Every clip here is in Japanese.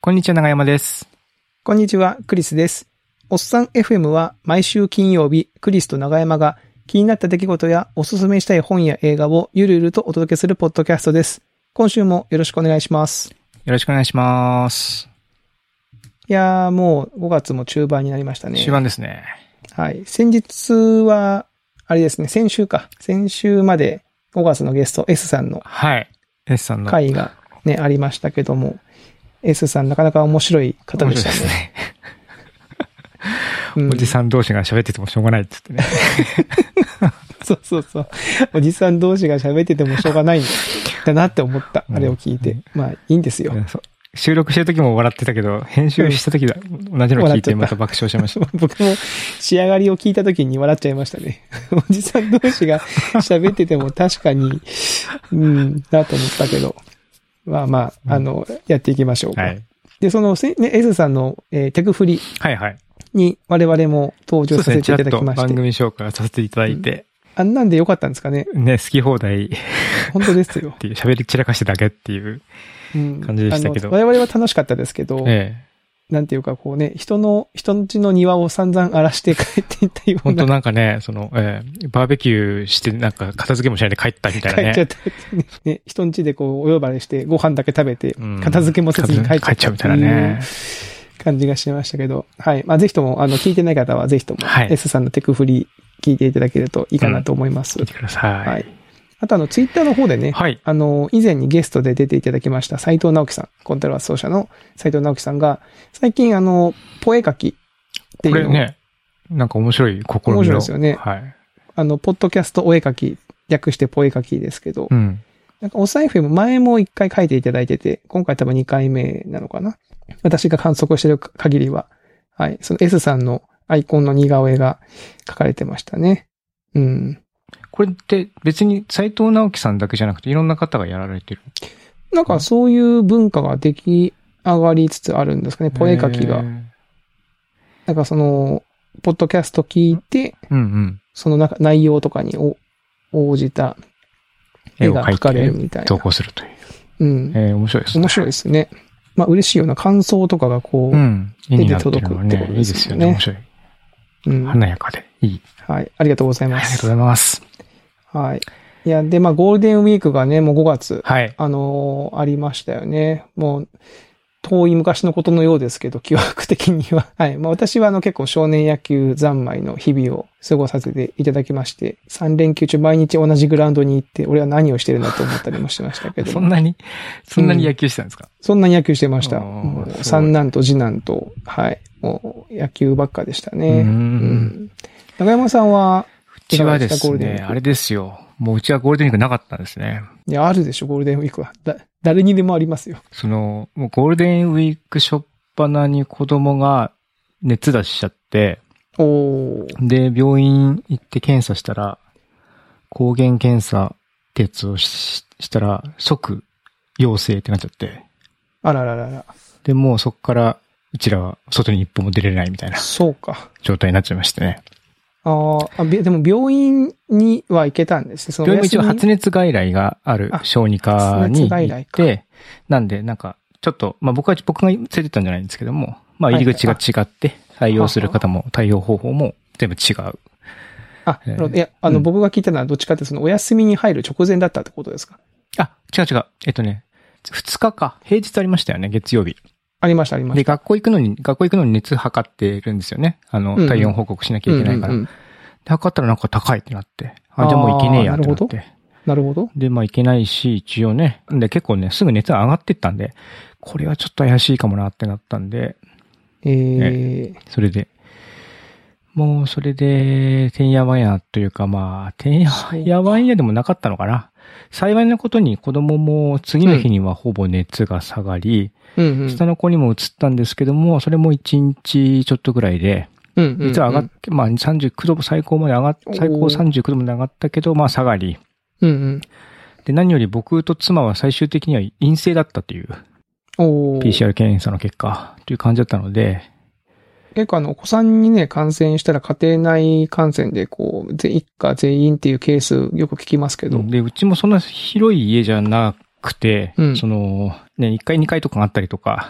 こんにちは、長山です。 こんにちは、クリスです。おっさん FM は毎週金曜日、クリスと長山が気になった出来事やおすすめしたい本や映画をゆるゆるとお届けするポッドキャストです。今週もよろしくお願いします。 よろしくお願いします。 いやー、もう5月も中盤になりましたね。 中盤ですね。 はい。先日は、あれですね、先週まで5月のゲスト S さんのはい。S さんの会がね、ありましたけども、S さんなかなか面白い方でしたね。 面白いですね。おじさん同士が喋っててもしょうがないって言ってね。 そう。おじさん同士が喋っててもしょうがないんだなって思った。あれを聞いて。まあ、いいんですよ。 収録してる時も笑ってたけど、編集した時は同じの聞いてまた爆笑しました。 僕も仕上がりを聞いた時に笑っちゃいましたね。おじさん同士が喋ってても確かに、だと思ったけど。まあ、やっていきましょうか。はい、で、その、S さんの、テクフリに我々も登場させていただきまして。 番組紹介させていただいて。 あんなんでよかったんですかね。 ね、好き放題。 本当ですよ。 っていう、喋り散らかしてだけっていう感じでしたけど。 我々は楽しかったですけど、なんていうかこうね、人の家の庭を散々荒らして帰っていったような。 本当なんかね、バーベキューしてなんか片付けもしないで帰ったみたいなね。 帰っちゃったね。人ん家でこうお呼ばれしてご飯だけ食べて、片付けもせずに帰っちゃったみたいなね。感じがしましたけど、はい。まあぜひとも、聞いてない方はぜひとも、S さんのテクフリ聞いていただけるといいかなと思います。 聞いてください。 はい。あとツイッターの方でね、はい。以前にゲストで出ていただきました斉藤直樹さん、コントラバス奏者の斉藤直樹さんが、最近ポエ書きっていうの。 これね、なんか面白い試みの。 面白いですよね。 はい。 ポッドキャストお絵書き、略してポエ書きですけど、 なんかお財布も前も1回書いていただいてて、今回多分2回目なのかな。私が観測してる限りは、はい。その S さんのアイコンの似顔絵が書かれてましたね。 これって別に斉藤直樹さんだけじゃなくていろんな方がやられてる？ なんかそういう文化が出来上がりつつあるんですかね、ポエ書きが。なんかポッドキャスト聞いて、その内容とかに応じた絵が描かれるみたいな。 投稿するという。面白いですね。 面白いですね。まあ嬉しいような感想とかがこう、 絵に届くってことですよね。いいですよね。面白い。華やかでいい。 はい。ありがとうございます。 ありがとうございます。 はい。いや、で、まあ、ゴールデンウィークがね、もう5月。 はい。 ありましたよね。もう、遠い昔のことのようですけど、記憶的には。はい。まあ、私は結構少年野球三昧の日々を過ごさせていただきまして、3連休中毎日同じグラウンドに行って、俺は何をしてるんだと思ったりもしてましたけど。 そんなに野球してたんですか？ そんなに野球してました。もう三男と次男と、はい。もう野球ばっかでしたね。長山さんは、 うちはですね、あれですよ。もううちはゴールデンウィークなかったんですね。 いや、あるでしょ、ゴールデンウィークは。誰にでもありますよ。 もうゴールデンウィーク初っ端に子供が熱出しちゃって、で、病院行って検査したら、抗原検査ってやつをしたら、即陽性ってなっちゃって。 あらららら。 で、もうそこから、うちらは外に一歩も出れないみたいな。 そうか。 状態になっちゃいましてね。 でも病院には行けたんですね。 病院も一応発熱外来がある小児科に行って、なんでなんかちょっと、まあ僕が連れてったんじゃないんですけども、まあ入り口が違って対応する方も対応方法も全部違う。 なるほど。いや、僕が聞いたのはどっちかってお休みに入る直前だったってことですか？ 違う。2日か。平日ありましたよね、月曜日。 ありました。 で、学校行くのに熱測ってるんですよね。体温報告しなきゃいけないから。で、測ったらなんか高いってなって。じゃあもう行けねえやってなって。 なるほど。 で、まあ行けないし、一応ね。で、結構ね、すぐ熱が上がってったんで、これはちょっと怪しいかもなってなったんで。それで、てんやわんやというか、まあ、てんやわんやでもなかったのかな。幸いなことに子供も次の日にはほぼ熱が下がり、下の子にも移ったんですけども、それも1日ちょっとぐらいで、実は上がって、まあ39度最高39度まで上がったけど、まあ下がり。で、何より僕と妻は最終的には陰性だったという、PCR 検査の結果という感じだったので、 結構お子さんにね、感染したら家庭内感染で一家全員っていうケースよく聞きますけど。 で、うちもそんな広い家じゃなくて、1階2階とかがあったりとか、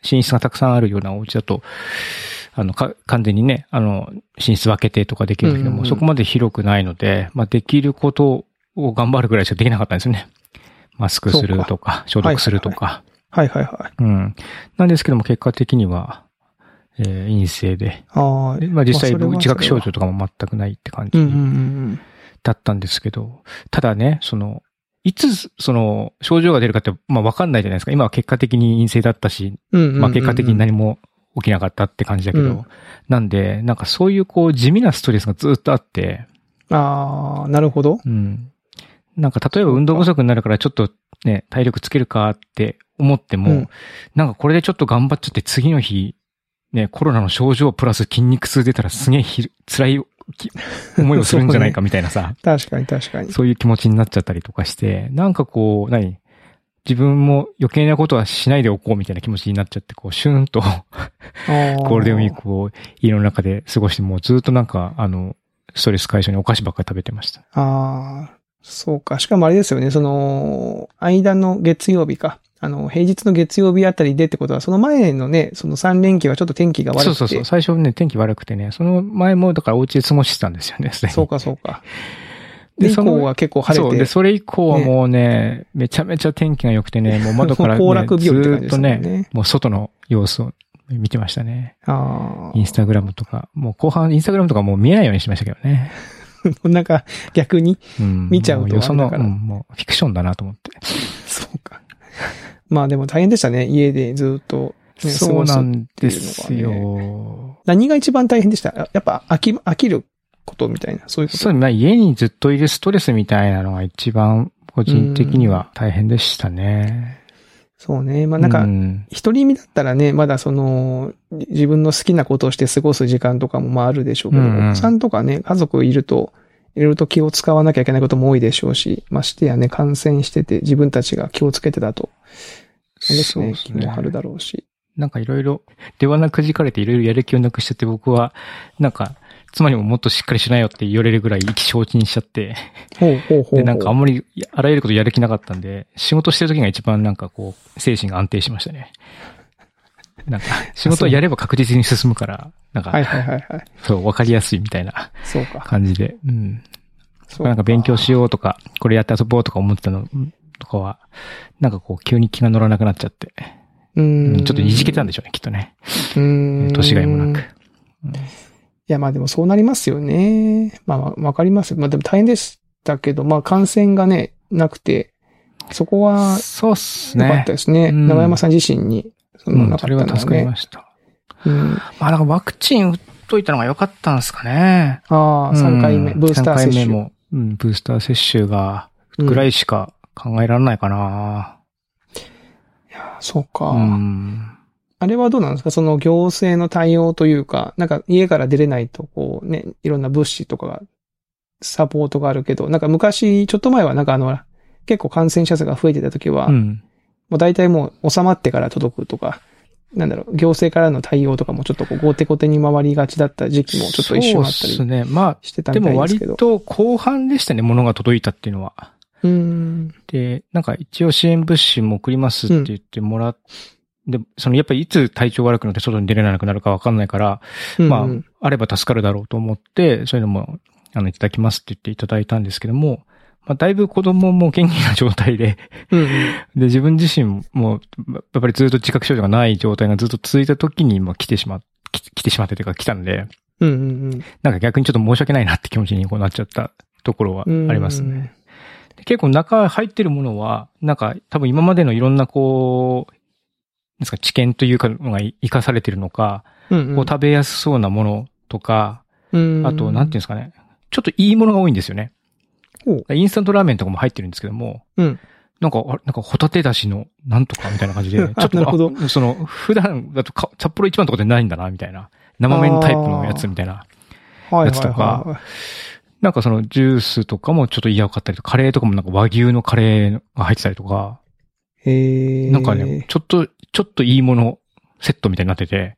寝室がたくさんあるようなお家だと、完全にね、寝室分けてとかできるんだけども、そこまで広くないので、まあ、できることを頑張るぐらいしかできなかったんですよね。マスクするとか、消毒するとか。 はいはいはい。 うん。なんですけども、結果的には、陰性で。 まあ実際、自覚症状とかも全くないって感じだったんですけど、ただね、いつ、症状が出るかって、まあ、わかんないじゃないですか。今は結果的に陰性だったし、まあ、結果的に何も起きなかったって感じだけど、なんで、なんかそういう地味なストレスがずっとあって。 なるほど。 うん。なんか例えば運動不足になるからちょっとね、体力つけるかって思っても、なんかこれでちょっと頑張っちゃって次の日、ね、コロナの症状プラス筋肉痛出たらすげえ辛い思いをするんじゃないかみたいなさ。 確かに確かに。 そういう気持ちになっちゃったりとかして、なんか自分も余計なことはしないでおこうみたいな気持ちになっちゃって、シューンとゴールデンウィークを家の中で過ごして、もうずっとなんか、ストレス解消にお菓子ばっかり食べてました。 そうか。しかもあれですよね、間の月曜日か。平日の月曜日あたりでってことは、その前のね、その3連休はちょっと天気が悪くて。 そう。最初ね、天気悪くてね、その前もだからお家で過ごしてたんですよね。 そうか。で、以降は結構晴れて。 そう。で、それ以降はもうね、めちゃめちゃ天気が良くてね、もう窓から、ね、 行楽日和って感じですね。 ずっとね、もう外の様子を見てましたね。インスタグラムとか、もう後半インスタグラムとかもう見えないようにしましたけどね。 なんか逆に見ちゃうともうフィクションだなと思って。 そうか。まあでも大変でしたね。家でずっと、 ね、そうなんですよ。 何が一番大変でした？やっぱ飽きることみたいな、そういうこと？ そう、まあ家にずっといるストレスみたいなのが一番個人的には大変でしたね。 そうね。まあなんか、一人身だったらね、まだ自分の好きなことをして過ごす時間とかもまああるでしょうけど、お子さんとかね、家族いると、いろいろと気を使わなきゃいけないことも多いでしょうし、ましてやね、感染してて自分たちが気をつけてだと、ですね、気も張るだろうし。 なんかいろいろ、出花くじかれていろいろやる気をなくしちゃって僕は、なんか、妻にももっとしっかりしなよって言われるぐらい意気消沈しちゃって。で、なんかあんまりあらゆることやる気なかったんで、仕事してる時が一番なんか精神が安定しましたね。なんか、仕事をやれば確実に進むから、なんか、そう、わかりやすいみたいな感じで。なんか勉強しようとか、これやって遊ぼうとか思ってたのとかは、なんか急に気が乗らなくなっちゃって。ちょっといじけたんでしょうね、きっとね。年がいもなく。 いや、まあでもそうなりますよね。まあわかります。まあでも大変でしたけど、まあ感染がね、なくて、そこは、 そうっすね。 よかったですね。長山さん自身に、 それは助かりました。まあなんかワクチン打っといたのが良かったんですかね。 3回目、ブースター接種。3回目も、 ブースター接種が、ぐらいしか考えられないかな。 いや、そうか。あれはどうなんですか？その行政の対応というか、なんか家から出れないといろんな物資とかが、サポートがあるけど、なんか昔、ちょっと前はなんか結構感染者数が増えてた時は、もう大体もう収まってから届くとか、行政からの対応とかもちょっと後手後手に回りがちだった時期もちょっと一瞬あったりしてたみたいですけど。 まあ、でも割と後半でしたね、物が届いたっていうのは。で、なんか一応支援物資も送りますって言ってもらって、で、やっぱりいつ体調悪くなって外に出れなくなるかわかんないから、まあ、あれば助かるだろうと思って、そういうのも、いただきますって言っていただいたんですけども、まあ、だいぶ子供も元気な状態で、で、自分自身も、やっぱりずっと自覚症状がない状態がずっと続いた時に、まあ、来てしまってというか来たんで、なんか逆にちょっと申し訳ないなって気持ちになっちゃったところはありますね。結構中入ってるものは、なんか多分今までのいろんなですか、知見というかのが活かされてるのか、食べやすそうなものとか、あと、なんていうんですかね、ちょっといいものが多いんですよね。インスタントラーメンとかも入ってるんですけども、なんかホタテだしのなんとかみたいな感じで、ちょっと、普段だと札幌一番とかでないんだな、みたいな。生麺タイプのやつみたいなやつとか、なんかジュースとかもちょっと嫌かったりとか、カレーとかもなんか和牛のカレーが入ってたりとか、なんかね、ちょっといいものセットみたいになってて、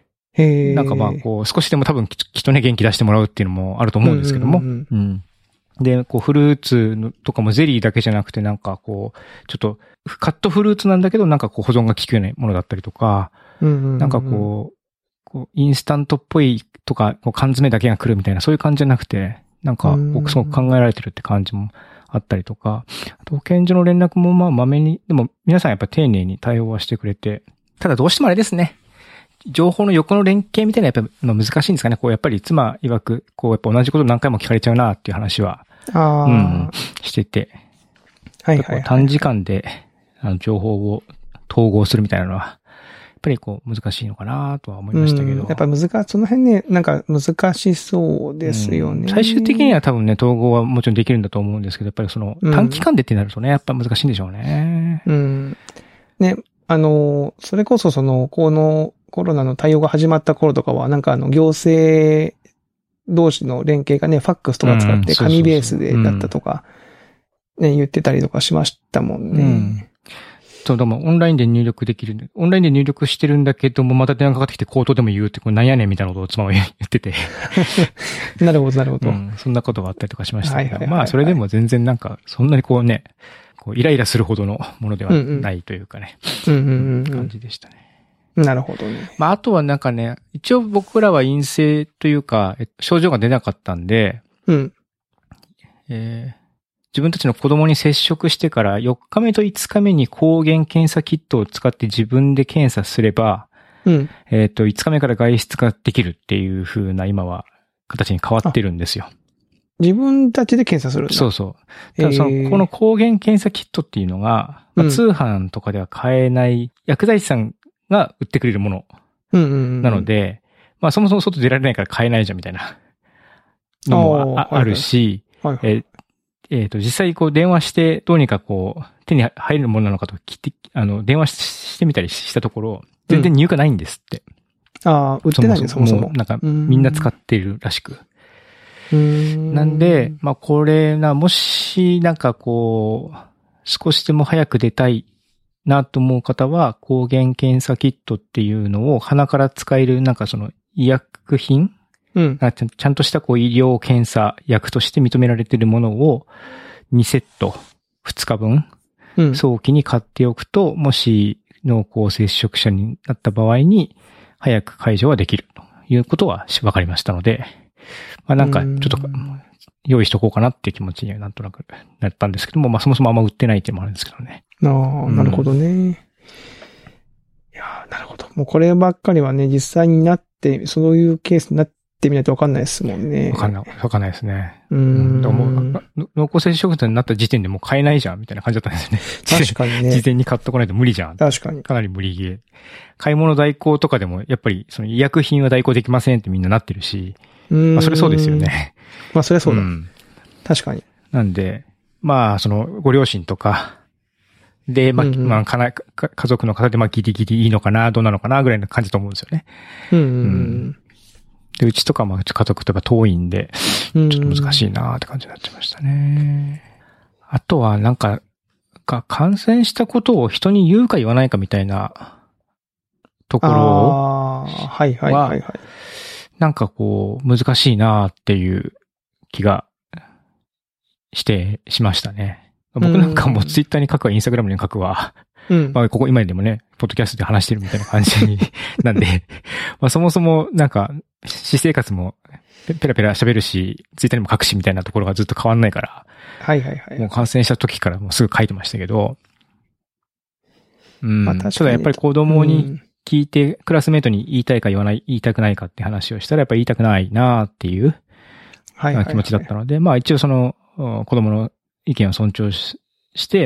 なんかまあ少しでも多分きっとね元気出してもらうっていうのもあると思うんですけども、 で、こうフルーツのとかもゼリーだけじゃなくてなんかこう、ちょっとカットフルーツなんだけどなんかこう保存が効くようなものだったりとか、なんかこう、インスタントっぽいとか、こう缶詰だけが来るみたいなそういう感じじゃなくて、なんかすごく考えられてるって感じもあったりとか、あと保健所の連絡もまあまめに、でも皆さんやっぱ丁寧に対応はしてくれて、ただどうしてもあれですね。情報の横の連携みたいなやっぱ難しいんですかね。こうやっぱり妻曰く、こうやっぱ同じこと何回も聞かれちゃうなっていう話は、してて。はいはい、はい。短時間で情報を統合するみたいなのは、やっぱりこう難しいのかなとは思いましたけど。 やっぱその辺ね、なんか難しそうですよね。 最終的には多分ね、統合はもちろんできるんだと思うんですけど、やっぱりその短期間でってなるとね、やっぱ難しいんでしょうね。 ね、それこそこのコロナの対応が始まった頃とかは、なんか行政同士の連携がね、ファックスとか使って紙ベースでだったとか、ね、言ってたりとかしましたもんね。 そう、でもオンラインで入力できる。オンラインで入力してるんだけども、また電話かかってきて口頭でも言うって、これなんやねんみたいなことを妻は言ってて。 なるほど、なるほど。 そんなことがあったりとかしましたけど、まあそれでも全然なんか、そんなにこうね、こうイライラするほどのものではないというかね、感じでしたね。 なるほどね。 まああとはなんかね、一応僕らは陰性というか、症状が出なかったんで、自分たちの子供に接触してから4日目と5日目に抗原検査キットを使って自分で検査すれば、5日目から外出ができるっていう風な今は形に変わってるんですよ。 自分たちで検査するんだ。 そうそう。ただこの抗原検査キットっていうのが、通販とかでは買えない薬剤師さんが売ってくれるものなので、まあそもそも外出られないから買えないじゃんみたいなのもあるし、実際こう電話してどうにかこう手に入るものなのかと聞いて、電話してみたりしたところ、全然入荷ないんですって。 売ってないんです、そもそも。 なんかみんな使っているらしく。なんで、まあこれもしなんかこう、少しでも早く出たいなと思う方は、抗原検査キットっていうのを鼻から使えるなんかその医薬品ちゃんとしたこう医療検査薬として認められているものを2セット2日分早期に買っておくと、もし濃厚接触者になった場合に早く解除はできるということは分かりましたので、まあなんかちょっと用意しとこうかなっていう気持ちにはなんとなくなったんですけども、まあそもそもあんま売ってないっていうのもあるんですけどね。 なるほどね。いやなるほど。もうこればっかりはね、実際になって、そういうケースになってみないとわかんないですもんね。 わかんないですね。でも濃厚接触者になった時点でもう買えないじゃんみたいな感じだったんですよね。 確かにね。 事前に買っとかないと無理じゃん。 確かに。 かなり無理ゲー。買い物代行とかでも、やっぱりその医薬品は代行できませんってみんななってるし。まあそれそうですよね。 まあそれそうだ。確かに。 なんで、まあそのご両親とか、で、まあ、家族の方でギリギリいいのかな、どうなのかな、ぐらいの感じだと思うんですよね。で、うちとかも家族とか遠いんで、ちょっと難しいなって感じになってましたね。あとはなんか、感染したことを人に言うか言わないかみたいなところは、なんかこう、難しいなっていう気がしましたね。僕なんかもツイッターに書くわ、インスタグラムに書くわ。まあ、ここ今でもね、ポッドキャストで話してるみたいな感じになんで、まあそもそもなんか、私生活もペラペラ喋るし、ツイッターにも書くしみたいなところがずっと変わんないから、もう感染した時からもうすぐ書いてましたけど、ただやっぱり子供に聞いて、クラスメートに言いたいか言いたくないかって話をしたらやっぱり言いたくないなっていう気持ちだったので、まあ一応その子供の意見を尊重して、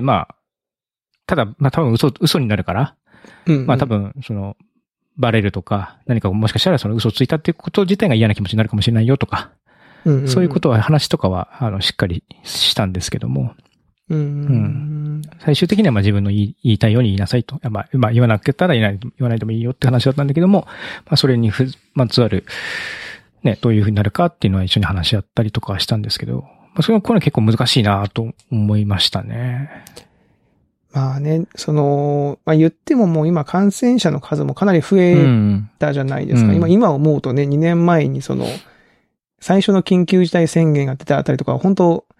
まあ、ただ、まあ多分嘘になるから、まあ多分、バレるとか、何かもしかしたらその嘘をついたっていうこと自体が嫌な気持ちになるかもしれないよとか、そういうことは話とかは、しっかりしたんですけども、最終的にはまあ自分の言いたいように言いなさいと。まあ言わなかったら言わないでもいいよって話だったんだけども、まあそれにまつわる、ね、どういうふうになるかっていうのは一緒に話し合ったりとかしたんですけど、これは結構難しいなと思いましたね。 まあね、まあ言ってももう今感染者の数もかなり増えたじゃないですか。今思うとね、2年前に最初の緊急事態宣言が出たあたりとか、本当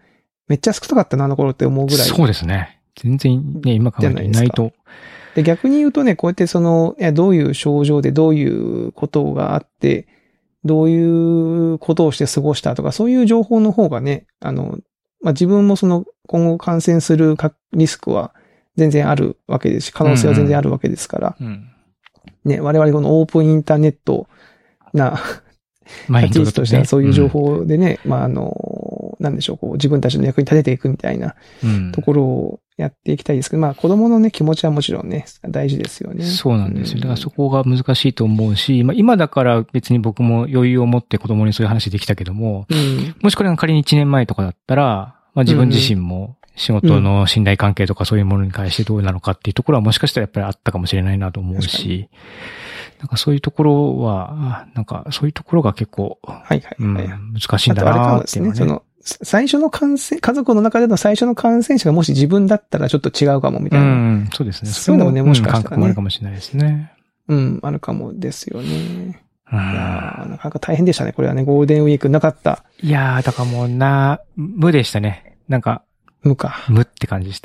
めっちゃ少なかったな、あの頃って思うぐらい。 そうですね。全然ね、今考えていないと。 で、逆に言うとね、こうやってどういう症状でどういうことがあって、どういうことをして過ごしたとか、そういう情報の方がね、自分も今後感染するリスクは全然あるわけですし、可能性は全然あるわけですから、ね、我々このオープンインターネットな、立ち位置としてはそういう情報でね、なんでしょう、こう自分たちの役に立てていくみたいなところをやっていきたいですけど、子供のね、気持ちはもちろんね、大事ですよね。 そうなんですよ。だからそこが難しいと思うし、今だから別に僕も余裕を持って子供にそういう話できたけども、もしこれが仮に1年前とかだったら、自分自身も仕事の信頼関係とかそういうものに対してどうなのかっていうところはもしかしたらやっぱりあったかもしれないなと思うし、なんかそういうところは、なんかそういうところが結構、難しいんだなっていうのはね。 最初の家族の中での最初の感染者がもし自分だったらちょっと違うかもみたいな。 そうですね。 そういうのもね、もしかしたら、ね。 感覚もあるかもしれないですね。 あるかもですよね。いやなかなか大変でしたね。これはね、ゴールデンウィークなかった。 いやだからもう無でしたね。なんか。無って感じでした。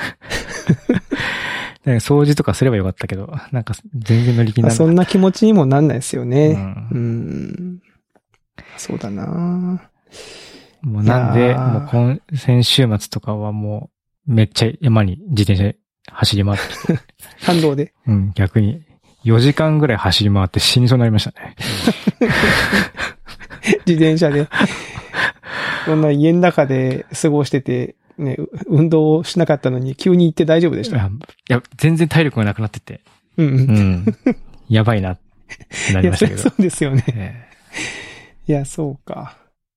掃除とかすればよかったけど、なんか全然乗り気にならなかった。 そんな気持ちにもなんないですよね。そうだなもうなんで、もう先週末とかはもうめっちゃ山に自転車で走り回ってて。 反動で。 逆に4時間ぐらい走り回って死にそうになりましたね。 自転車で。こんな家の中で過ごしてて、ね、運動しなかったのに急に行って大丈夫でした？ いや、全然体力がなくなってて。やばいなってなりましたけど。 そうですよね。いや、そうか。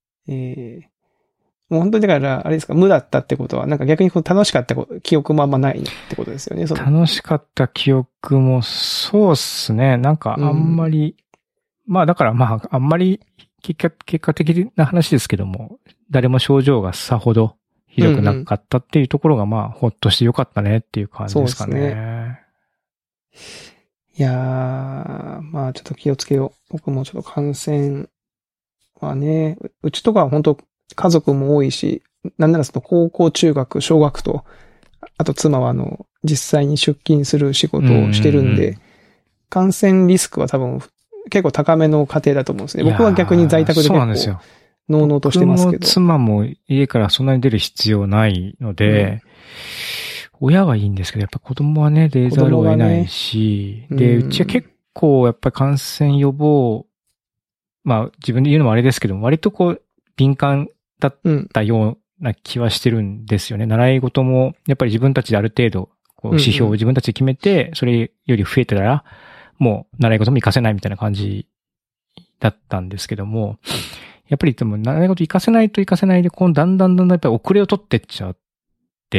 もう本当にだから、あれですか、無だったってことは、なんか逆に楽しかった記憶もあんまないってことですよね。 楽しかった記憶も、そうっすね。なんかあんまり、だからあんまり結果的な話ですけども、誰も症状がさほどひどくなかったっていうところがほっとしてよかったねっていう感じですかね。そうですね。いやー、ちょっと気をつけよう。僕もちょっと感染はね、うちとかは本当家族も多いし、なんなら高校、中学、小学と、あと妻は実際に出勤する仕事をしてるんで、感染リスクは多分結構高めの家庭だと思うんですね。僕は逆に在宅で結構、のうのうとしてますけど。 妻も家からそんなに出る必要ないので、親はいいんですけど、やっぱ子供はね、出ざるを得ないし、で、うちは結構やっぱり感染予防、自分で言うのもあれですけども、割と敏感だったような気はしてるんですよね。習い事も、やっぱり自分たちである程度、指標を自分たちで決めて、それより増えてたら、もう習い事も活かせないみたいな感じだったんですけども、やっぱりでも習い事活かせないと活かせないで、だんだんやっぱり遅れを取ってっちゃって、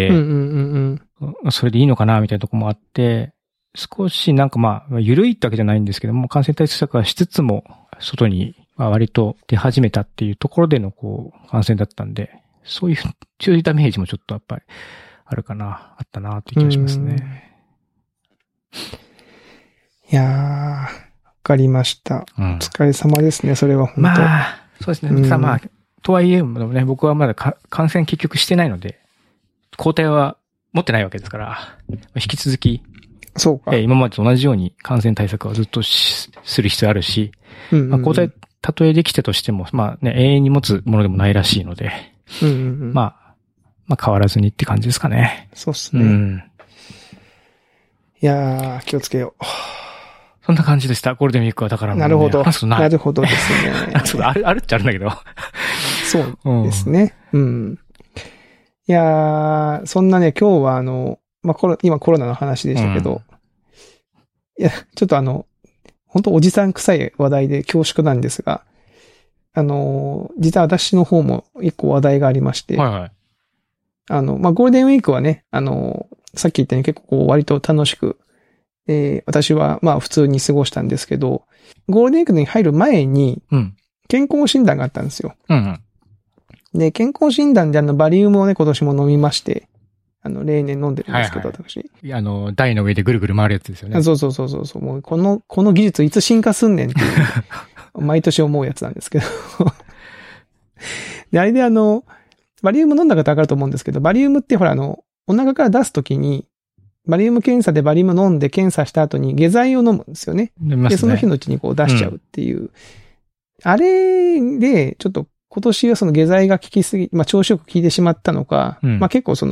それでいいのかなみたいなところもあって、少しなんか緩いってわけじゃないんですけども、感染対策はしつつも、外に割と出始めたっていうところでの感染だったんで、そういうダメージもちょっとやっぱりあったなっていう気がしますね。 いやー、わかりました。お疲れ様ですね、それは本当。 そうですね。とはいえね、僕はまだ感染結局してないので、抗体は持ってないわけですから、引き続き、 そうか。 今までと同じように感染対策はずっとする必要あるし、抗体たとえできたとしても、永遠に持つものでもないらしいので、変わらずにって感じですかね。 そうっすね。いやー、気をつけよう。 そんな感じでした。ゴールデンウィークはだからもう、ね。 なるほど。 なるほどですね。 あるっちゃあるんだけど。 そうですね。いやー、そんなね、今日は今コロナの話でしたけど、いや、ちょっと本当おじさん臭い話題で恐縮なんですが、実は私の方も一個話題がありまして、ゴールデンウィークはね、さっき言ったように結構割と楽しく、私は普通に過ごしたんですけど、ゴールデンウィークに入る前に、健康診断があったんですよ。で、健康診断でバリウムをね、今年も飲みまして、例年飲んでるんですけど、私。 台の上でぐるぐる回るやつですよね。 そう。もうこの技術いつ進化すんねんっていう、毎年思うやつなんですけど。で、あれでバリウム飲んだ方わかると思うんですけど、バリウムってほらお腹から出すときに、バリウム検査でバリウム飲んで検査した後に下剤を飲むんですよね。で、その日のうちにこう出しちゃうっていう。あれで、ちょっと今年はその下剤が効きすぎ、調子よく効いてしまったのか、結構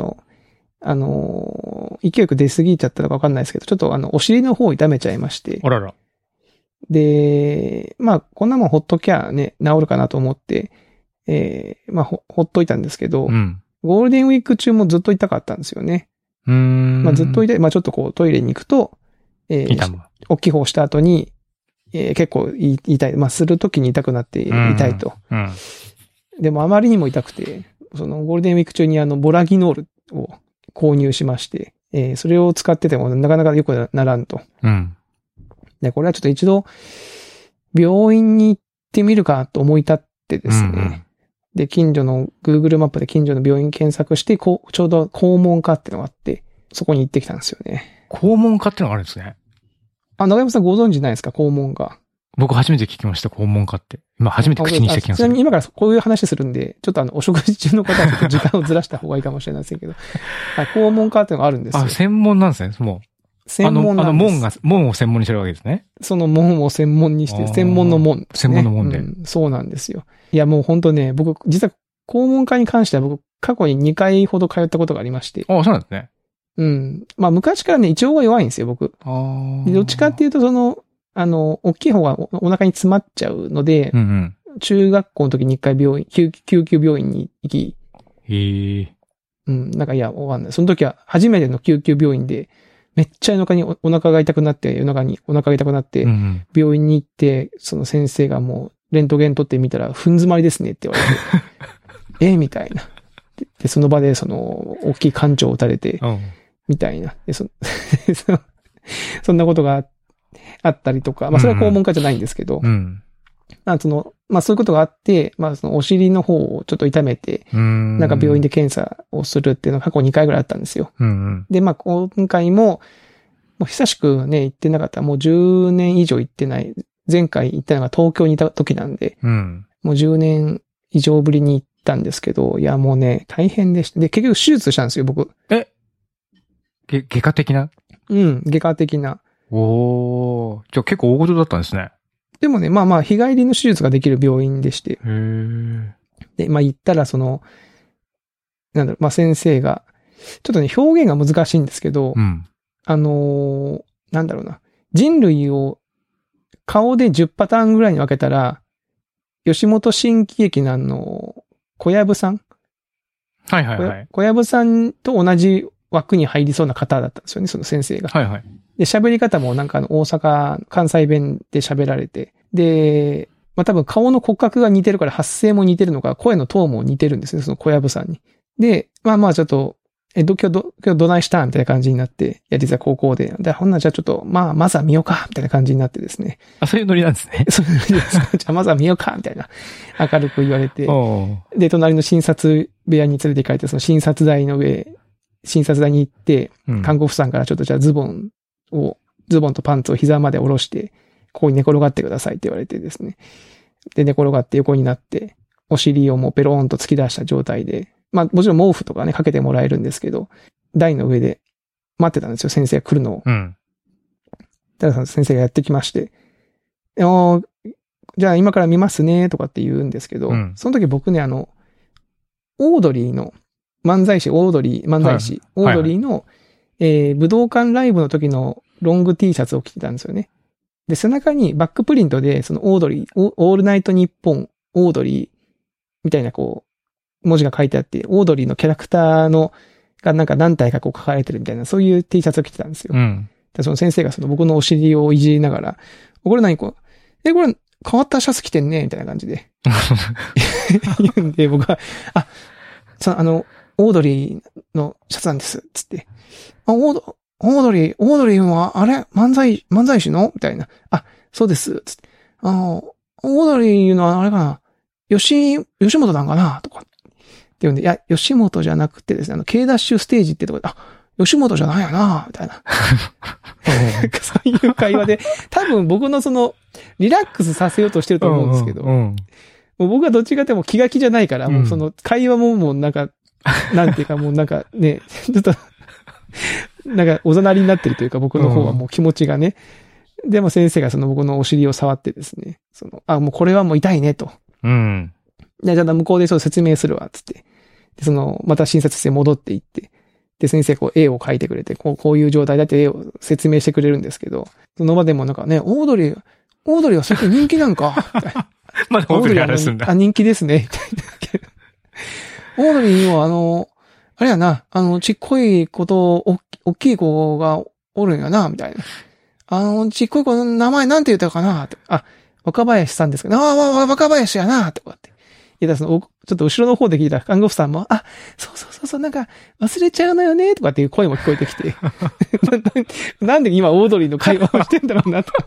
勢いよく出すぎちゃったのかわかんないですけど、ちょっとお尻の方を痛めちゃいまして。 あらら。 で、こんなもんほっときゃね、治るかなと思って、ほっといたんですけど、ゴールデンウィーク中もずっと痛かったんですよね。ずっと痛い。ちょっとこうトイレに行くと、大きい方した後に、結構痛い。するときに痛くなって痛いと。でもあまりにも痛くて、そのゴールデンウィーク中にボラギノールを購入しまして、それを使っててもなかなかよくならんと。で、これはちょっと一度、病院に行ってみるかと思い立ってですね。で、近所の Google マップで近所の病院検索して、ちょうど肛門科ってのがあって、そこに行ってきたんですよね。 肛門科ってのがあるんですね。 長山さんご存知ないですか、肛門科。 僕初めて聞きました、肛門科って。今初めて口にした気がする。 ちなみに今からこういう話するんで、ちょっとお食事中の方はちょっと時間をずらした方がいいかもしれませんけど。肛門科ってのがあるんですよ。 専門なんですね、もう。 専門なんです。 門を専門にしてるわけですね。 その門を専門にして、専門の門、ね。 専門の門で、 そうなんですよ。いや、もう本当ね、僕、実は肛門科に関しては僕、過去に2回ほど通ったことがありまして。 そうなんですね。 昔からね、胃腸が弱いんですよ、僕。どっちかっていうと、大きい方がお腹に詰まっちゃうので、中学校の時に1回救急病院に行き。わかんない。その時は初めての救急病院で、めっちゃ夜中にお腹が痛くなって、夜中にお腹が痛くなって、病院に行って、その先生がもう、レントゲン取ってみたら、ふん詰まりですねって言われて、みたいな。で、その場で、大きい管腸を打たれて、みたいな。で、そんなことがあったりとか、それは肛門科じゃないんですけど、そういうことがあって、お尻の方をちょっと痛めて、病院で検査をするっていうのが過去2回ぐらいあったんですよ。で、今回もう久しくね、行ってなかった。もう10年以上行ってない。前回行ったのが東京にいた時なんで、もう10年以上ぶりに行ったんですけど、いや、もうね、大変でした。で、結局手術したんですよ、僕。 外科的な？ 外科的な。 じゃあ結構大事だったんですね。 でもね、日帰りの手術ができる病院でして。で、行ったら先生が、ちょっとね、表現が難しいんですけど、人類を顔で10パターンぐらいに分けたら、吉本新喜劇の小籔さん。小籔さんと同じ枠に入りそうな方だったんですよね、その先生が。で、喋り方も大阪、関西弁で喋られて。で、多分顔の骨格が似てるから発声も似てるのか、声のトーンも似てるんですね、その小籔さんに。で、ちょっと、今日どないしたみたいな感じになって、いや、実は高校で。で、ほんならじゃあちょっと、まずは見ようかみたいな感じになってですね。 そういうノリなんですね。 そういうノリです。じゃあまずは見ようかみたいな。明るく言われて。で、隣の診察部屋に連れて行かれて、その診察台に行って、看護婦さんからちょっとじゃあズボンとパンツを膝まで下ろして、ここに寝転がってくださいって言われてですね。で、寝転がって横になって、お尻をもうペローンと突き出した状態で、もちろん毛布とかね、かけてもらえるんですけど、台の上で待ってたんですよ、先生が来るのを。ただ先生がやってきまして、じゃあ今から見ますね、とかって言うんですけど、その時僕ね、オードリーのオードリーの、武道館ライブの時のロング T シャツを着てたんですよね。で、背中にバックプリントで、そのオードリー、オールナイトニッポン、オードリー、みたいな文字が書いてあって、オードリーのキャラクターが何体か書かれてるみたいな、そういう T シャツを着てたんですよ。でその先生が僕のお尻をいじりながら、これこれ変わったシャツ着てんねみたいな感じで。言うんで、僕は、オードリーのシャツなんです、つって。オードリーは、あれ漫才師のみたいな。そうです、つって。オードリーのはあれかな吉本なんかなとか。って言うんで、いや、吉本じゃなくてですね、K ダッシュステージってとこで、吉本じゃないよなみたいな。そういう会話で、多分僕のリラックスさせようとしてると思うんですけど、 もう僕はどっちかってもう気が気じゃないから、もうその会話ももうなんか、なんていうかもうなんかね、ちょっと、なんかおざなりになってるというか僕の方はもう気持ちがね。でも先生がその僕のお尻を触ってですね、もうこれはもう痛いねと。 うん。 じゃあ向こうでそう説明するわ、つって。で、また診察室に戻っていって、で、先生絵を描いてくれて、こういう状態だって絵を説明してくれるんですけど、その場でもなんかね、オードリーは最近人気なんか。 まだオードリー話すんだ。 人気ですね。オードリーにはあれやな、ちっこい子と、おっきい子がおるんやな、みたいな。ちっこい子の名前なんて言ったかなって。若林さんですか。若林やな、ってこうやって。いや、ちょっと後ろの方で聞いた看護婦さんも、そう、なんか忘れちゃうのよね、とかっていう声も聞こえてきて。なんで今オードリーの会話をしてんだろうなと。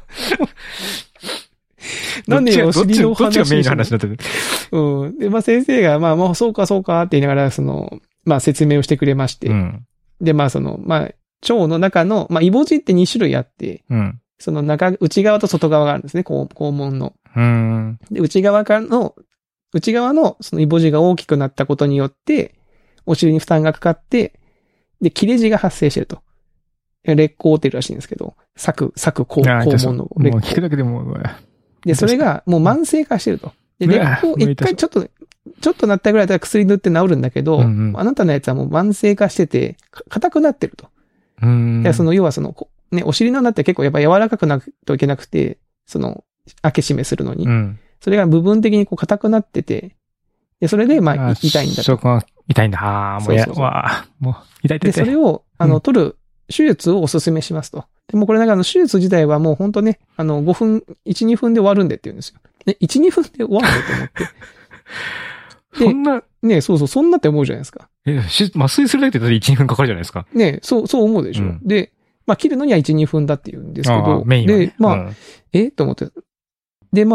なんでお尻の話どっちがメインの話になってる。 うん。で、先生が、もうそうかって言いながら、説明をしてくれまして。うん、で、腸の中の、イボ痔って2種類あって、うん、内側と外側があるんですね、肛門の。で、内側のそのイボ痔が大きくなったことによって、お尻に負担がかかって、で、切れ痔が発生してると。裂孔っていうらしいんですけど、肛門の裂孔。もう聞くだけでもで、それがもう慢性化してると。で、裂孔一回ちょっとなったぐらいだったら薬塗って治るんだけど、あなたのやつはもう慢性化してて、硬くなってると。で、要はお尻の穴って結構やっぱ柔らかくなくといけなくて、開け閉めするのに。それが部分的に硬くなってて、で、それで、痛いんだと。 そこが痛いんだ。もう痛い。 で、それを、取る手術をお勧めしますと。でもこれ手術自体はもうほんとね、5分、1、2分で終わるんでって言うんですよ。ね、1、2分で終わるのと思って。 そんなね、そんなって思うじゃないですか。 麻酔するだけで1、2分かかるじゃないですか。 ね、そう思うでしょ。で、切るのには1、2分だって言うんですけど。 メインはで、と思って。で、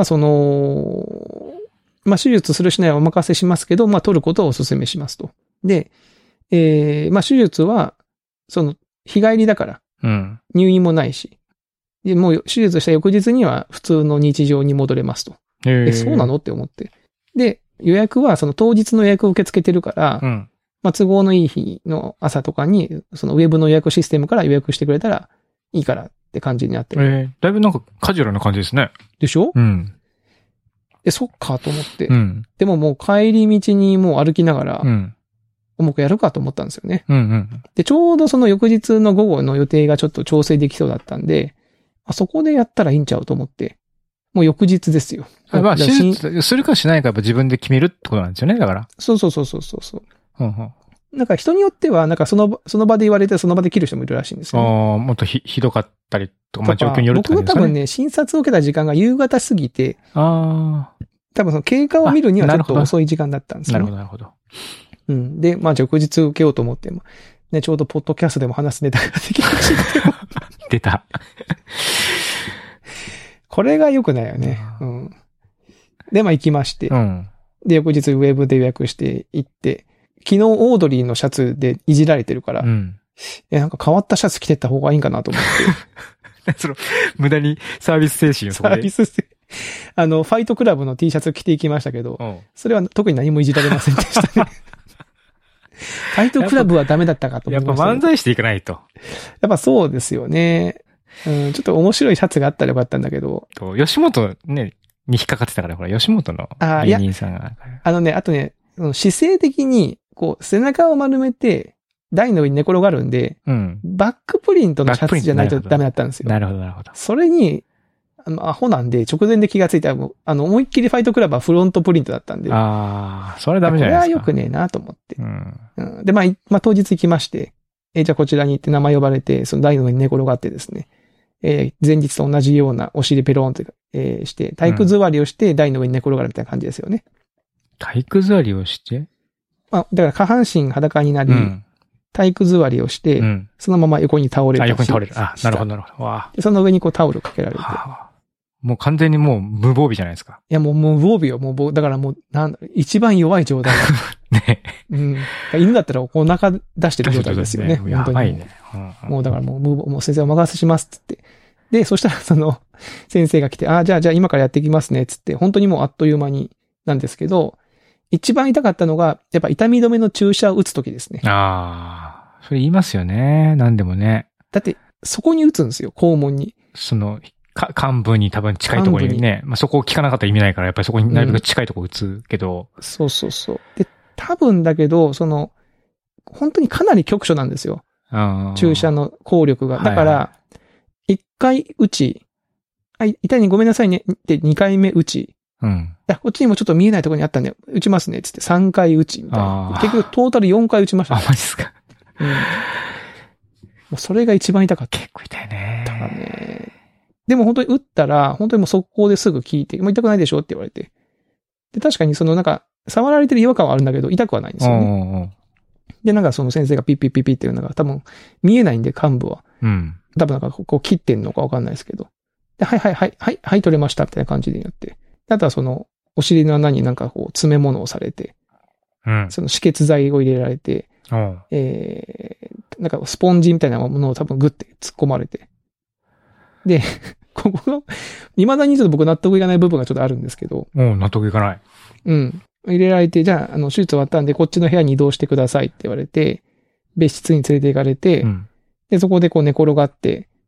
手術するしないはお任せしますけど、取ることをお勧めしますと。で、手術は、日帰りだから、入院もないし、で、もう手術した翌日には普通の日常に戻れますと。そうなのって思って。で、予約は当日の予約を受け付けてるから、都合のいい日の朝とかに、ウェブの予約システムから予約してくれたらいいからって感じになってる。 だいぶなんかカジュアルな感じですね。 でしょ？そっかと思って。でももう帰り道にもう歩きながら、もうやるかと思ったんですよね。で、ちょうどその翌日の午後の予定がちょっと調整できそうだったんで、そこでやったらいいんちゃうと思って、もう翌日ですよ。 手術するかしないかやっぱ自分で決めるってことなんですよね、だから。 そう。なんか人によっては、なんかその場で言われてその場で切る人もいるらしいんですよ、ね。 もっとひどかったりとか、状況によるってことですかね。僕は多分ね、診察を受けた時間が夕方過ぎて、多分経過を見るにはちょっと遅い時間だったんですよね。 なるほど。 で、翌日受けようと思っても、ね、ちょうどポッドキャストでも話すネタができました。 出た。 これが良くないよね。で、行きまして。で、翌日ウェブで予約して行って、昨日オードリーのシャツでいじられてるから、なんか変わったシャツ着てった方がいいんかなと思って。 無駄にサービス精神をそこで。 サービス精神。ファイトクラブの T シャツ着ていきましたけど、それは特に何もいじられませんでしたね。ファイトクラブはダメだったかと思いました、 やっぱ漫才していかないと。 やっぱそうですよね。ちょっと面白いシャツがあったらよかったんだけど。 吉本ね、に引っかかってたから、ほら、吉本の芸人さんが。 あとね、姿勢的に、背中を丸めて、台の上に寝転がるんで、バックプリントのシャツじゃないとダメだったんですよ。 なるほど。 それに、アホなんで、直前で気がついたら、思いっきりファイトクラブはフロントプリントだったんで。 それダメじゃないですか。 これは良くねえなと思って。で、当日行きまして、じゃあこちらに行って名前呼ばれて、その台の上に寝転がってですね、前日と同じようなお尻ペローンと、して、体育座りをして台の上に寝転がるみたいな感じですよね。 体育座りをしてだから下半身裸になり、体育座りをして、そのまま横に倒れる。 横に倒れる。なるほど。 その上にタオルかけられて。 もう完全にもう無防備じゃないですか。 いやもう無防備よ。だからもう、一番弱い状態だ。ね。犬だったらお腹出してる状態ですよね。本当に。やばいね。もうだからもう先生お任せしますって言って。で、そしたら先生が来て、じゃあ今からやっていきますね、つって、本当にもうあっという間に、 なんですけど、一番痛かったのが、やっぱ痛み止めの注射を打つときですね。 ああ、それ言いますよね。何でもね。 だって、そこに打つんですよ、肛門に。 幹部に多分近いところにね。まあ、そこを効かなかったら意味ないから、やっぱりそこになるべく近いところ打つけど、 そうそうそう。で、多分だけど、本当にかなり局所なんですよ。注射の効力が。だから、1回打ち、痛いにごめんなさいねって2回目打ち、こっちにもちょっと見えないところにあったんで、打ちますね、つって3回打ち、みたいな。結局トータル4回打ちました、 ね。マジっすか。 もうそれが一番痛かった。 結構痛いね。 だからね。でも本当に打ったら、本当にもう速攻ですぐ効いて、もう痛くないでしょって言われて。で、確かに触られてる違和感はあるんだけど、痛くはないんですよね。で、その先生がピッピッピッピッっていうのが多分見えないんで、幹部は。多分こう切ってんのかわかんないですけど。で、はい、取れました、みたいな感じでやって。あとはお尻の穴に詰め物をされて、その止血剤を入れられて、スポンジみたいなものを多分グッて突っ込まれて。で、ここの、未だにちょっと僕納得いかない部分がちょっとあるんですけど。 納得いかない。 入れられて、じゃあ、手術終わったんで、こっちの部屋に移動してくださいって言われて、別室に連れて行かれて、で、そこで寝転がって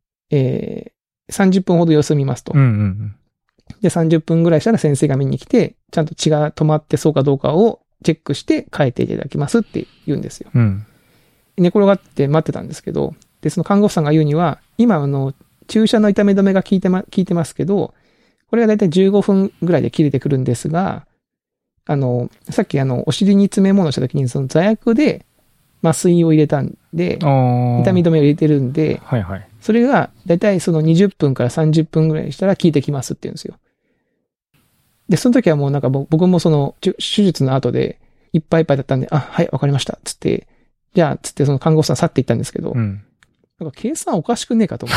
、30分ほど休みますと。で、30分ぐらいしたら先生が見に来て、ちゃんと血が止まってそうかどうかをチェックして変えていただきますって言うんですよ。寝転がって待ってたんですけど、で、その看護婦さんが言うには、今注射の痛み止めが効いてますけど、これがだいたい15分ぐらいで切れてくるんですが、さっきお尻に詰め物した時にその座薬で麻酔を入れたんで、痛み止めを入れてるんで、それがだいたいその20分から30分ぐらいしたら効いてきますって言うんですよ。で、その時はもう僕も手術の後でいっぱいいっぱいだったんで、はい、わかりました。つって、じゃあ、つってその看護師さん去っていったんですけど、計算おかしくねえかと思って。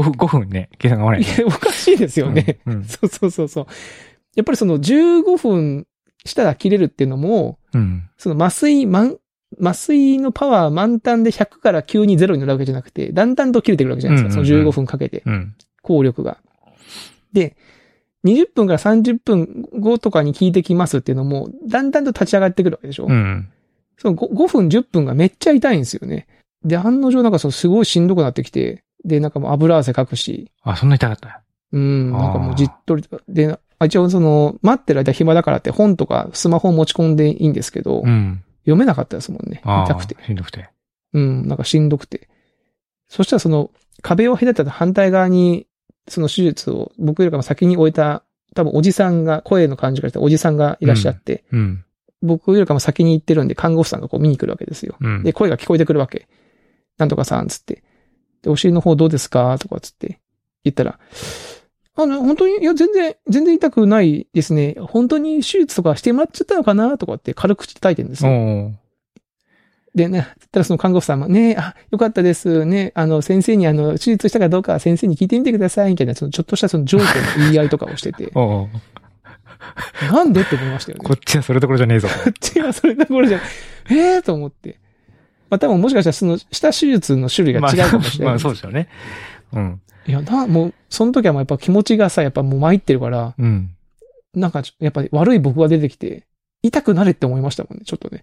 5分ね、計算が合わない、ね。 いや、おかしいですよね。そう。やっぱり15分したら切れるっていうのも、その麻酔のパワー満タンで100から急に0になるわけじゃなくて、だんだんと切れてくるわけじゃないですか。その15分かけて。効力が。で、20分から30分後とかに効いてきますっていうのも、だんだんと立ち上がってくるわけでしょ。その 5分10分がめっちゃ痛いんですよね。で、案の定すごいしんどくなってきて、で、もう油汗かくし。 そんな痛かった。 もうじっとりと。で、一応待ってる間暇だからって本とかスマホを持ち込んでいいんですけど、読めなかったですもんね。痛くて。 しんどくて。 しんどくて。そしたら壁を隔てた反対側に、その手術を僕よりかも先に終えた、多分おじさんが、声の感じからしておじさんがいらっしゃって、僕よりかも先に行ってるんで看護婦さんが見に来るわけですよ。で、声が聞こえてくるわけ。なんとかさん、つって。で、お尻の方どうですかとかつって言ったら、本当に、いや、全然痛くないですね。本当に手術とかしてもらっちゃったのかなとかって軽口叩いてるんですよ。でね、たらその看護婦さんもね、よかったですね。先生に手術したかどうか先生に聞いてみてください、みたいな、ちょっとした条件の言い合いとかをしてて。なんでって思いましたよね。 こっちはそれどころじゃねえぞ。 こっちはそれどころじゃと思って。多分もしかしたらした手術の種類が違うかもしれない。 そうですよね。 いや、もう、その時はもうやっぱ気持ちがやっぱもう参ってるから、やっぱり悪い僕が出てきて、痛くなれって思いましたもんね、ちょっとね。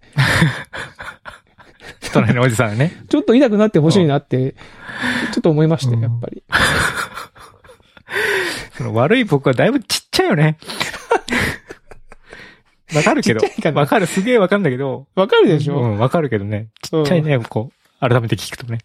隣のおじさんね。 ちょっと痛くなってほしいなって、ちょっと思いましたよ、やっぱり。 その悪い僕はだいぶちっちゃいよね。わかるけど。わかる、すげえわかるんだけど。 わかるでしょ？ わかるけどね。ちっちゃいね、改めて聞くとね。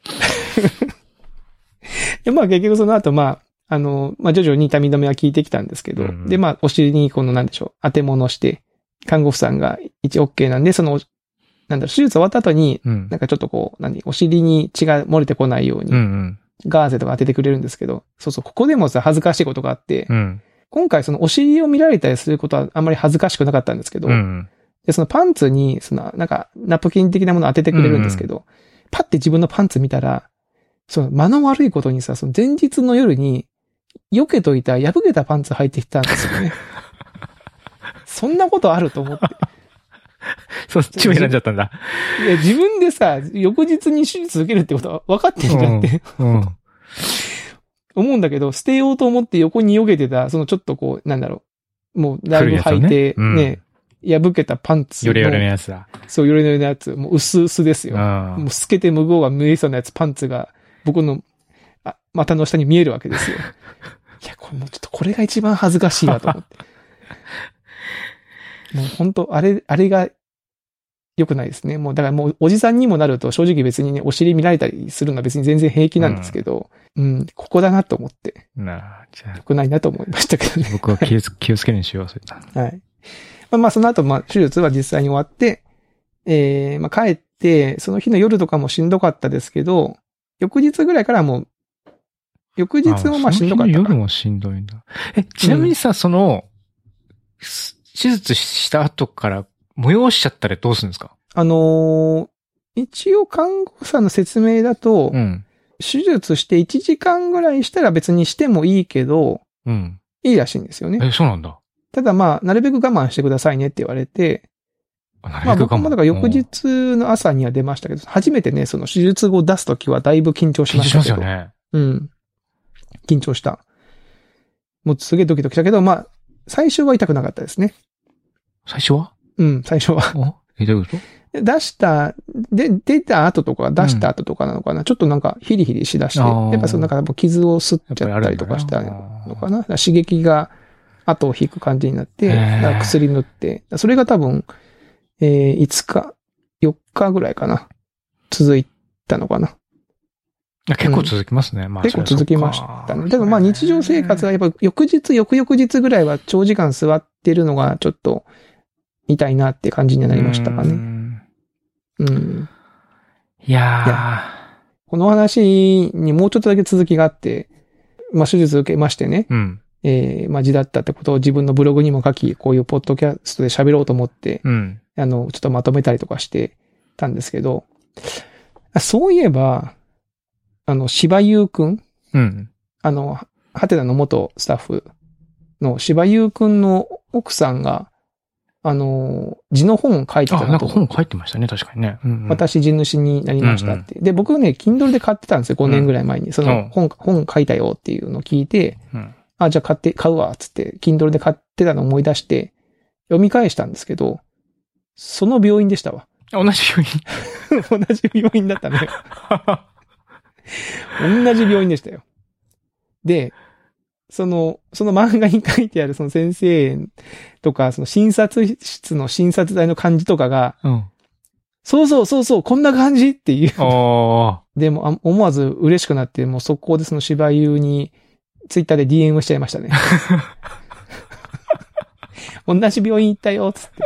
で、結局その後、徐々に痛み止めは効いてきたんですけど、で、お尻になんでしょう、当て物して、看護婦さんが一応 OK なんで、手術終わった後に、ちょっとお尻に血が漏れてこないように、ガーゼとか当ててくれるんですけど、ここでも恥ずかしいことがあって、今回お尻を見られたりすることはあんまり恥ずかしくなかったんですけど、で、パンツに、ナプキン的なものを当ててくれるんですけど、パッて自分のパンツ見たら、間の悪いことに前日の夜に、避けといた破けたパンツ履いてきたんですよね。そんなことあると思って。 そっちを選んじゃったんだ。 いや、自分で翌日に手術受けるってことは分かってんじゃんって。思うんだけど、捨てようと思って横に避けてた、ちょっともうだいぶ履いて、ね、破けたパンツ。 ヨレヨレのやつだ。 そう、ヨレヨレのやつ。もう薄々ですよ。もう透けて向こうが見えそうなやつ、パンツが、僕の、股の下に見えるわけですよ。いや、これもうちょっとこれが一番恥ずかしいなと思って。もう本当あれが良くないですね。もうだからもうおじさんにもなると正直別にね、お尻見られたりするのは別に全然平気なんですけど、ここだなと思って。 じゃあ。 良くないなと思いましたけどね。 僕は気をつけるようにしよう、それはい。まあその後、手術は実際に終わって、帰って、その日の夜とかもしんどかったですけど、翌日ぐらいからもう、翌日もしんどかった。 夜もしんどいんだ。ちなみにさ、手術した後から催しちゃったらどうするんですか？ 一応看護師さんの説明だと、手術して1時間ぐらいしたら別にしてもいいけど、いいらしいんですよね。 そうなんだ。 ただなるべく我慢してくださいねって言われて、僕もだから翌日の朝には出ましたけど、初めてね、その手術後出すときはだいぶ緊張しましたけど。 緊張しますよね。緊張した。もうすげえドキドキしたけど、最初は痛くなかったですね。 最初は？ 最初は。 どういうこと？ 出た後とか出した後とかなのかな、ちょっとなんかヒリヒリしだして、やっぱそのなんか傷を吸っちゃったりとかしたのかな。刺激が後を引く感じになって、薬塗って、それが多分、5日、4日ぐらいかな。続いたのかな。 結構続きますね。 結構続きましたね。でも日常生活はやっぱ翌々日ぐらいは長時間座ってるのがちょっと痛いなって感じになりましたかね。 いやこの話にもうちょっとだけ続きがあって、手術受けましてね。痔だったってことを自分のブログにも書き、こういうポッドキャストで喋ろうと思って、ちょっとまとめたりとかしてたんですけど、そういえば、柴優くん、ハテナの元スタッフの柴優くんの奥さんが、字の本を書いてたなんか本書いてましたね、確かにね。 私地主になりましたって。で、僕ね、Kindle で買ってたんですよ、5年ぐらい前に。その本書いたよっていうのを聞いて、じゃあ買うわ、つって、Kindle で買ってたのを思い出して、読み返したんですけど、その病院でしたわ。 同じ病院同じ病院だったね。同じ病院でしたよ。で、その漫画に書いてあるその先生とか、その診察室の診察台の感じとかが、そう、こんな感じっていう。でも、思わず嬉しくなって、もう速攻でその柴優に、ツイッターで DM しちゃいましたね。同じ病院行ったよ、つって。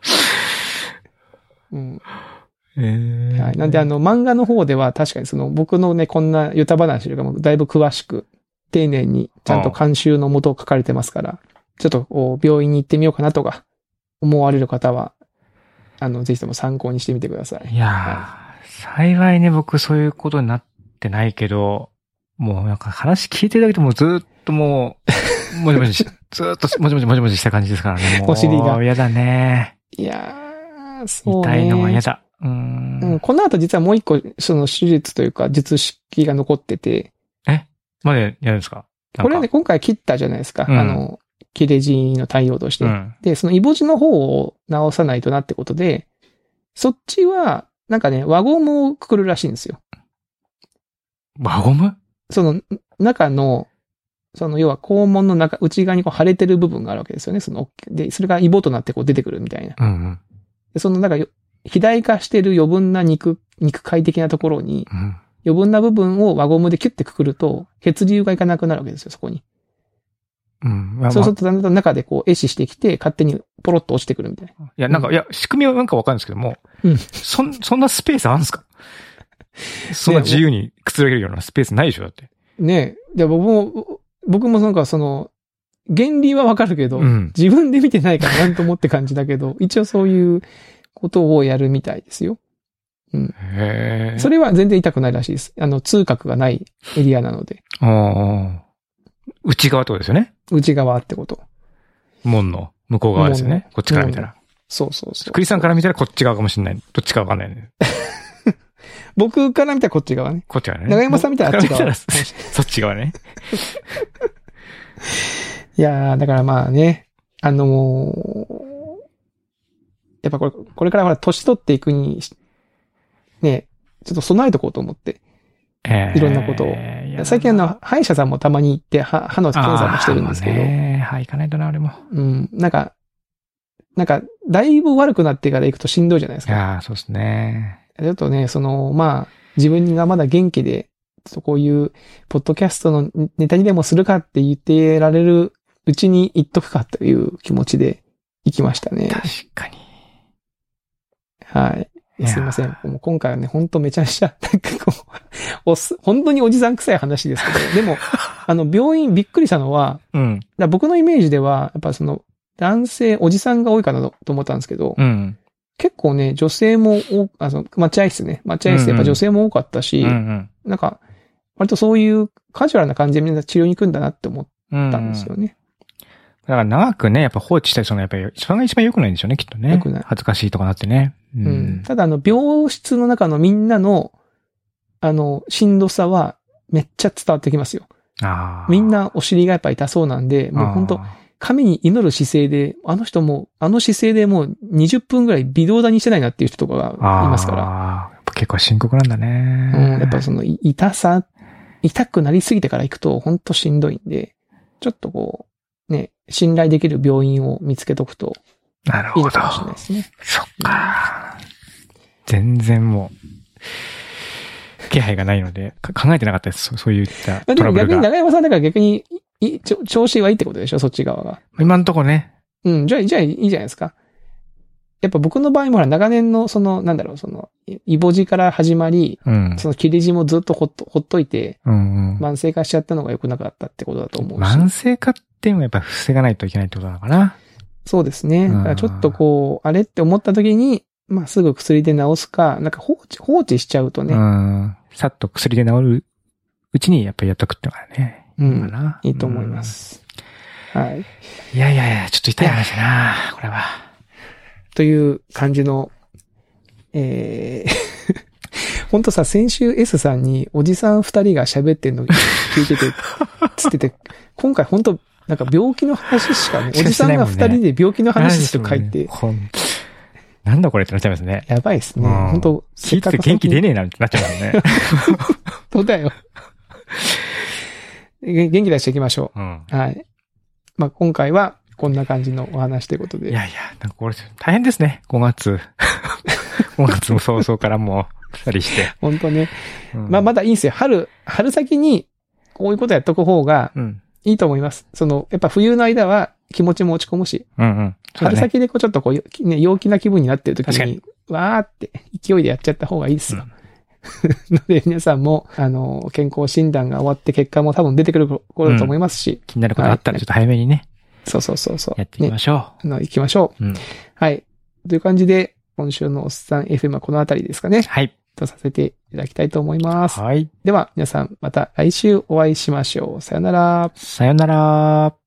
はい。なんで漫画の方では確かに僕のね、こんなヨタ話よりかもだいぶ詳しく、丁寧にちゃんと監修のもと書かれてますから、ちょっと病院に行ってみようかなとか思われる方は、ぜひとも参考にしてみてください。 いやー、幸いね、僕そういうことになってないけど、もうなんか話聞いてるだけでもずっともう、もじもじした感じですからね。もうお尻が。嫌だね。 いやー、そうね。 痛いのは嫌だ。 この後実はもう一個、その手術というか術式が残ってて。 まだやるんですか？ これはね、今回切ったじゃないですか。切れ字の対応として。で、そのイボ痔の方を直さないとなってことで、そっちは、なんかね、輪ゴムをくくるらしいんですよ。 輪ゴム？ その中の、要は肛門の内側にこう腫れてる部分があるわけですよね。で、それがイボとなってこう出てくるみたいな。で、なんか、肥大化してる余分な肉塊的なところに、余分な部分を輪ゴムでキュッてくくると、血流がいかなくなるわけですよ、そこに。そうするとだんだん中でこう、壊死してきて、勝手にポロッと落ちてくるみたいな。 いや、仕組みはなんかわかるんですけども、そんなスペースあるんですか？そんな自由にくつろげるようなスペースないでしょ、だって。 ねえ。で、僕もなんか原理はわかるけど、自分で見てないからなんともって感じだけど、一応そういうことをやるみたいですよ。それは全然痛くないらしいです。痛覚がないエリアなので。 内側ってことですよね。 内側ってこと。 門の向こう側ですよね。こっちから見たら。 そう。 クリスさんから見たらこっち側かもしれない。どっちかわかんないね。 僕から見たらこっち側ね。 こっち側ね。 長山さん見たらあっち側。 そっち側ね。 いやー、だからまあね、 やっぱこれからほら、年取っていくに、ね、ちょっと備えとこうと思って。いろんなことを。最近歯医者さんもたまに行って、歯の検査もしてるんですけど。 行かないとな、俺も。 うん。なんか、だいぶ悪くなってから行くとしんどいじゃないですか。 そうですね。 ちょっとね、自分がまだ元気で、こういう、ポッドキャストのネタにでもするかって言ってられるうちに行っとくかという気持ちで行きましたね。 確かに。 はい。すいません。もう今回はね、ほんとめちゃめちゃ、本当におじさん臭い話ですけど、でも、病院びっくりしたのは、僕のイメージでは、やっぱ男性、おじさんが多いかなと思ったんですけど、結構ね、女性も待合室でやっぱ女性も多かったし、なんか、割とそういうカジュアルな感じでみんな治療に行くんだなって思ったんですよね。 だから長くね、やっぱ放置したりするのはやっぱり、それが一番良くないんでしょうね、きっとね。良くない。恥ずかしいとかなってね。 ただ病室の中のみんなの、しんどさはめっちゃ伝わってきますよ。みんなお尻がやっぱ痛そうなんで、もう本当神に祈る姿勢で、あの人も、姿勢でもう20分ぐらい微動だにしてないなっていう人とかがいますから。 結構深刻なんだね。 やっぱ痛くなりすぎてから行くと本当しんどいんで、ちょっとね、信頼できる病院を見つけとくといいのかもしれないですね。 そっか。全然もう、気配がないので、考えてなかったです。そういったトラブルが。 でも逆に長山さんだから逆に、調子はいいってことでしょ、そっち側が。 今んとこね。 じゃあいいじゃないですか。やっぱ僕の場合もほら長年のイボ痔から始まり、その切れ痔もずっとほっといて、慢性化しちゃったのが良くなかったってことだと思うし。 慢性化っていうのはやっぱ防がないといけないってことなのかな。 そうですね。だからちょっとあれって思った時に、すぐ薬で治すか、なんか放置しちゃうとね。 さっと薬で治るうちにやっぱりやっとくってのがね。 いいと思います。はい。 いや、ちょっと痛い話だな、これは。 という感じの、ほんとさ、先週 S さんにおじさん2人が喋ってんの聞いてて、つってて、今回ほんと、なんか病気の話しかね、おじさんが2人で病気の話しか書いて、 なんだこれってなっちゃいますね。 やばいですね。本当聞いてて元気出ねえなってなっちゃうもんね。 そうだよ。元気出していきましょう。はい。今回はこんな感じのお話ということで。 なんかこれ大変ですね。5月。5月も早々からもう2人して。 本当ね。まだいいんですよ。春先にこういうことやっとく方がいいと思います。やっぱ冬の間は気持ちも落ち込むし。春先でちょっと陽気な気分になってる時に、わーって勢いでやっちゃった方がいいですよ。ので皆さんも、健康診断が終わって結果も多分出てくる頃だと思いますし。 気になることあったらちょっと早めにね。 そう。 やっていきましょう。 行きましょう。はい。という感じで、今週のおっさん FM はこのあたりですかね。 はい。 とさせていただきたいと思います。 はい。 では、皆さんまた来週お会いしましょう。さよなら。 さよなら。